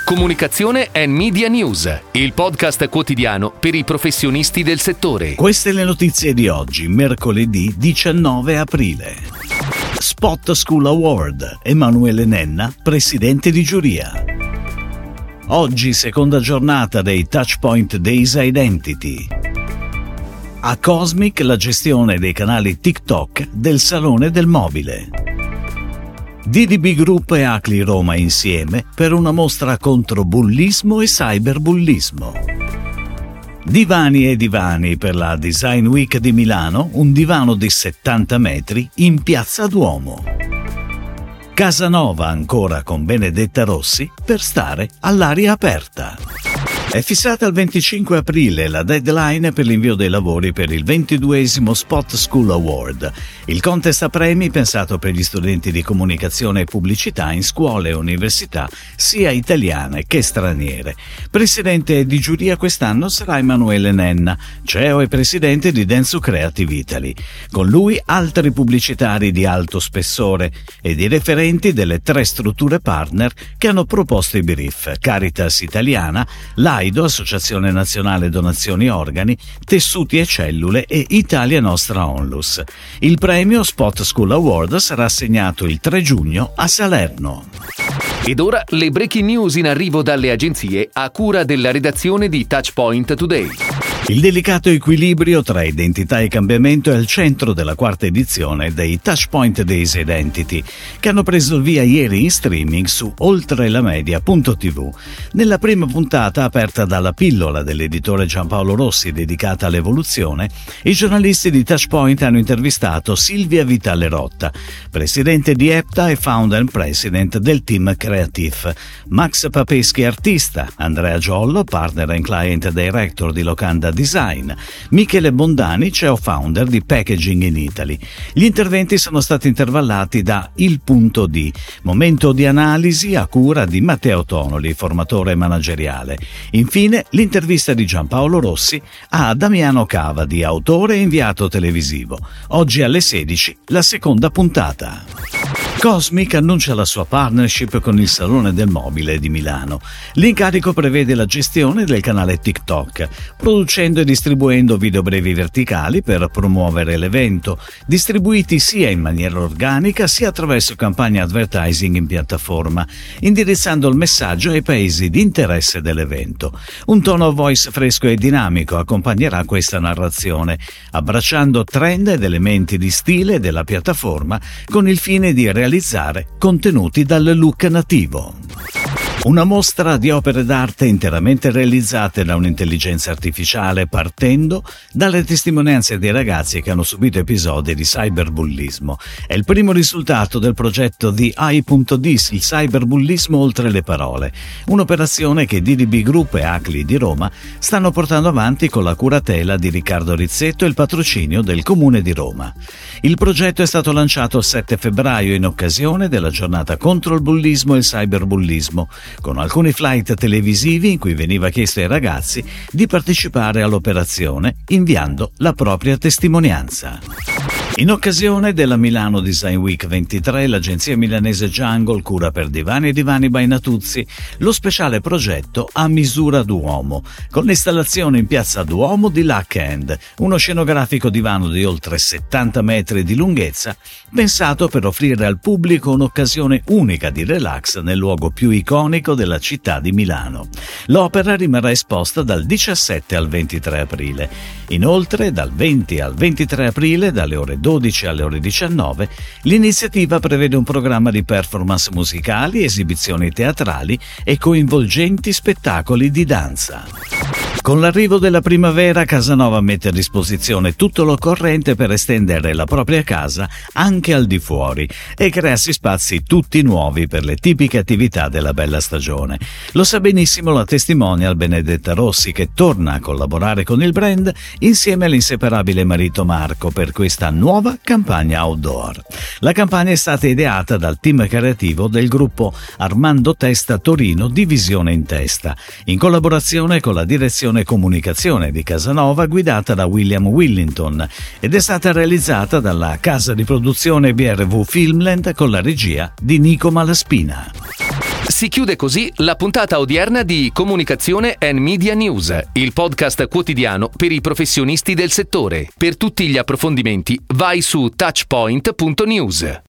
Comunicazione e Media News, il podcast quotidiano per i professionisti del settore. Queste le notizie di oggi, mercoledì 19 aprile. Spot School Award, Emanuele Nenna, presidente di giuria. Oggi seconda giornata dei Touchpoint Days Identity. A Cosmic la gestione dei canali TikTok del Salone del Mobile. DDB Group e Acli Roma insieme per una mostra contro bullismo e cyberbullismo. Divani e divani per la Design Week di Milano, un divano di 70 metri in Piazza Duomo. Casanova ancora con Benedetta Rossi per stare all'aria aperta. È fissata il 25 aprile la deadline per l'invio dei lavori per il 22esimo Spot School Award, il contest a premi pensato per gli studenti di comunicazione e pubblicità in scuole e università sia italiane che straniere. Presidente di giuria quest'anno sarà Emanuele Nenna, CEO e presidente di Dentsu Creative Italy. Con lui altri pubblicitari di alto spessore ed i referenti delle 3 strutture partner che hanno proposto i brief: Caritas Italiana, l'AIDO, Associazione Nazionale Donazioni Organi, Tessuti e Cellule e Italia Nostra Onlus. Il premio Spot School Award sarà assegnato il 3 giugno a Salerno. Ed ora le breaking news in arrivo dalle agenzie a cura della redazione di Touchpoint Today. Il delicato equilibrio tra identità e cambiamento è al centro della 4ª edizione dei Touchpoint Days Identity, che hanno preso il via ieri in streaming su oltrelamedia.tv. Nella prima puntata, aperta dalla pillola dell'editore Giampaolo Rossi dedicata all'evoluzione, i giornalisti di Touchpoint hanno intervistato Silvia Vitale Rotta, presidente di EPTA e founder and president del team Creative, Max Papeschi, artista, Andrea Giollo, partner and client director di Locanda Design, Michele Bondani, CEO founder di Packaging in Italy. Gli interventi sono stati intervallati da Il Punto D, momento di analisi a cura di Matteo Tonoli, formatore manageriale. Infine, l'intervista di Giampaolo Rossi a Damiano Cavadi, autore e inviato televisivo. Oggi alle 16, la seconda puntata. Cosmic annuncia la sua partnership con il Salone del Mobile di Milano. L'incarico prevede la gestione del canale TikTok, producendo e distribuendo video brevi verticali per promuovere l'evento, distribuiti sia in maniera organica sia attraverso campagne advertising in piattaforma, indirizzando il messaggio ai paesi di interesse dell'evento. Un tono voice fresco e dinamico accompagnerà questa narrazione, abbracciando trend ed elementi di stile della piattaforma con il fine di realizzare contenuti dal look nativo. Una mostra di opere d'arte interamente realizzate da un'intelligenza artificiale partendo dalle testimonianze dei ragazzi che hanno subito episodi di cyberbullismo. È il primo risultato del progetto The AI.dis, il cyberbullismo oltre le parole, un'operazione che DDB Group e Acli di Roma stanno portando avanti con la curatela di Riccardo Rizzetto e il patrocinio del Comune di Roma. Il progetto è stato lanciato il 7 febbraio in occasione della giornata contro il bullismo e il cyberbullismo, con alcuni flight televisivi in cui veniva chiesto ai ragazzi di partecipare all'operazione inviando la propria testimonianza. In occasione della Milano Design Week 23, l'agenzia milanese Jungle cura per Divani e Divani by Natuzzi lo speciale progetto A misura d'uomo, con l'installazione in Piazza Duomo di Luck Hand, uno scenografico divano di oltre 70 metri di lunghezza, pensato per offrire al pubblico un'occasione unica di relax nel luogo più iconico della città di Milano. L'opera rimarrà esposta dal 17 al 23 aprile. Inoltre, dal 20 al 23 aprile, dalle ore 12 alle ore 19, l'iniziativa prevede un programma di performance musicali, esibizioni teatrali e coinvolgenti spettacoli di danza. Con l'arrivo della primavera, Casanova mette a disposizione tutto l'occorrente per estendere la propria casa anche al di fuori e crearsi spazi tutti nuovi per le tipiche attività della bella stagione. Lo sa benissimo la testimonial Benedetta Rossi, che torna a collaborare con il brand insieme all'inseparabile marito Marco per questa nuova campagna outdoor. La campagna è stata ideata dal team creativo del gruppo Armando Testa Torino Divisione in Testa, in collaborazione con la direzione produzione e comunicazione di Casanova guidata da William Willington ed è stata realizzata dalla casa di produzione BRV Filmland con la regia di Nico Malaspina. Si chiude così la puntata odierna di Comunicazione and Media News, il podcast quotidiano per i professionisti del settore. Per tutti gli approfondimenti vai su touchpoint.news.